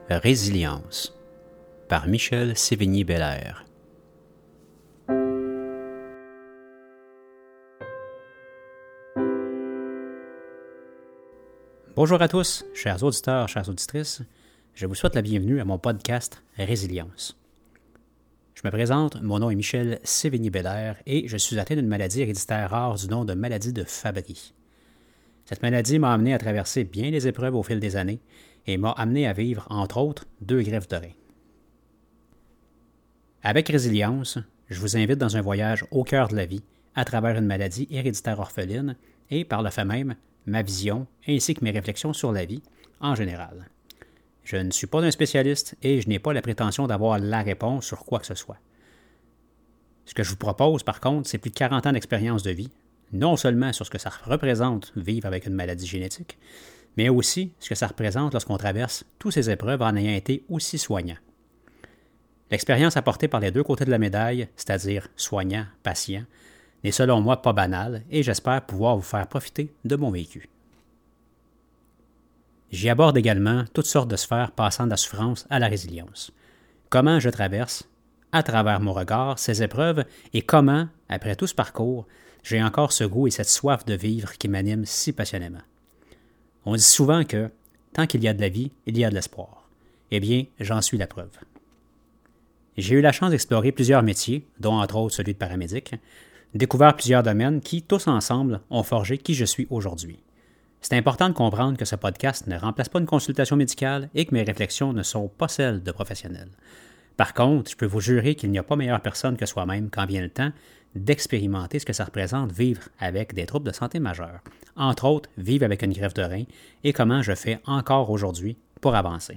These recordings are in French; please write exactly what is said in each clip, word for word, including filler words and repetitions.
Résilience par Michel Sévigny-Bellaire. Bonjour à tous, chers auditeurs, chères auditrices. Je vous souhaite la bienvenue à mon podcast Résilience. Je me présente, mon nom est Michel Sévigny-Bellaire et je suis atteint d'une maladie héréditaire rare du nom de maladie de Fabry. Cette maladie m'a amené à traverser bien les épreuves au fil des années et m'a amené à vivre, entre autres, deux greffes de rein. Avec Résilience, je vous invite dans un voyage au cœur de la vie, à travers une maladie héréditaire orpheline et, par le fait même, ma vision ainsi que mes réflexions sur la vie en général. Je ne suis pas un spécialiste et je n'ai pas la prétention d'avoir la réponse sur quoi que ce soit. Ce que je vous propose, par contre, c'est plus de quarante ans d'expérience de vie, non seulement sur ce que ça représente vivre avec une maladie génétique, mais aussi ce que ça représente lorsqu'on traverse toutes ces épreuves en ayant été aussi soignant. L'expérience apportée par les deux côtés de la médaille, c'est-à-dire soignant, patient, n'est selon moi pas banale et j'espère pouvoir vous faire profiter de mon vécu. J'y aborde également toutes sortes de sphères passant de la souffrance à la résilience. Comment je traverse, à travers mon regard, ces épreuves et comment, après tout ce parcours, j'ai encore ce goût et cette soif de vivre qui m'animent si passionnément. On dit souvent que, tant qu'il y a de la vie, il y a de l'espoir. Eh bien, j'en suis la preuve. J'ai eu la chance d'explorer plusieurs métiers, dont entre autres celui de paramédic, découvert plusieurs domaines qui, tous ensemble, ont forgé qui je suis aujourd'hui. C'est important de comprendre que ce podcast ne remplace pas une consultation médicale et que mes réflexions ne sont pas celles de professionnels. Par contre, je peux vous jurer qu'il n'y a pas meilleure personne que soi-même quand vient le temps d'expérimenter ce que ça représente vivre avec des troubles de santé majeurs, entre autres vivre avec une greffe de rein et comment je fais encore aujourd'hui pour avancer.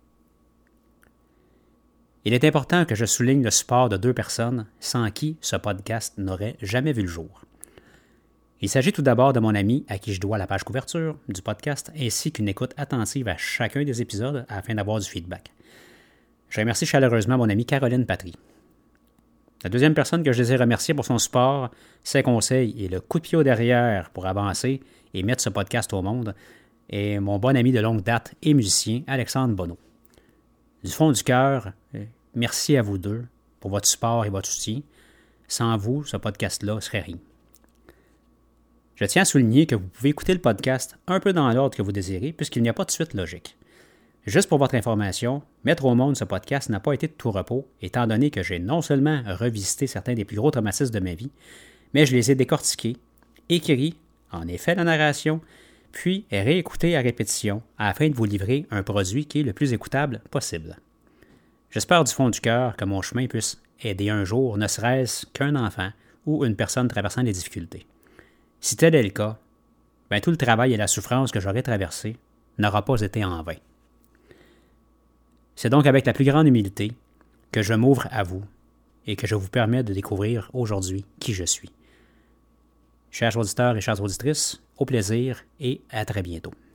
Il est important que je souligne le support de deux personnes sans qui ce podcast n'aurait jamais vu le jour. Il s'agit tout d'abord de mon ami à qui je dois la page couverture du podcast ainsi qu'une écoute attentive à chacun des épisodes afin d'avoir du feedback. Je remercie chaleureusement mon amie Caroline Patry. La deuxième personne que je désire remercier pour son support, ses conseils et le coup de pied au derrière pour avancer et mettre ce podcast au monde est mon bon ami de longue date et musicien Alexandre Bonneau. Du fond du cœur, merci à vous deux pour votre support et votre soutien. Sans vous, ce podcast-là ne serait rien. Je tiens à souligner que vous pouvez écouter le podcast un peu dans l'ordre que vous désirez puisqu'il n'y a pas de suite logique. Juste pour votre information, mettre au monde ce podcast n'a pas été de tout repos, étant donné que j'ai non seulement revisité certains des plus gros traumatismes de ma vie, mais je les ai décortiqués, écrits, en effet la narration, puis réécoutés à répétition afin de vous livrer un produit qui est le plus écoutable possible. J'espère du fond du cœur que mon chemin puisse aider un jour, ne serait-ce qu'un enfant ou une personne traversant des difficultés. Si tel est le cas, ben tout le travail et la souffrance que j'aurai traversé n'aura pas été en vain. C'est donc avec la plus grande humilité que je m'ouvre à vous et que je vous permets de découvrir aujourd'hui qui je suis. Chers auditeurs et chères auditrices, au plaisir et à très bientôt.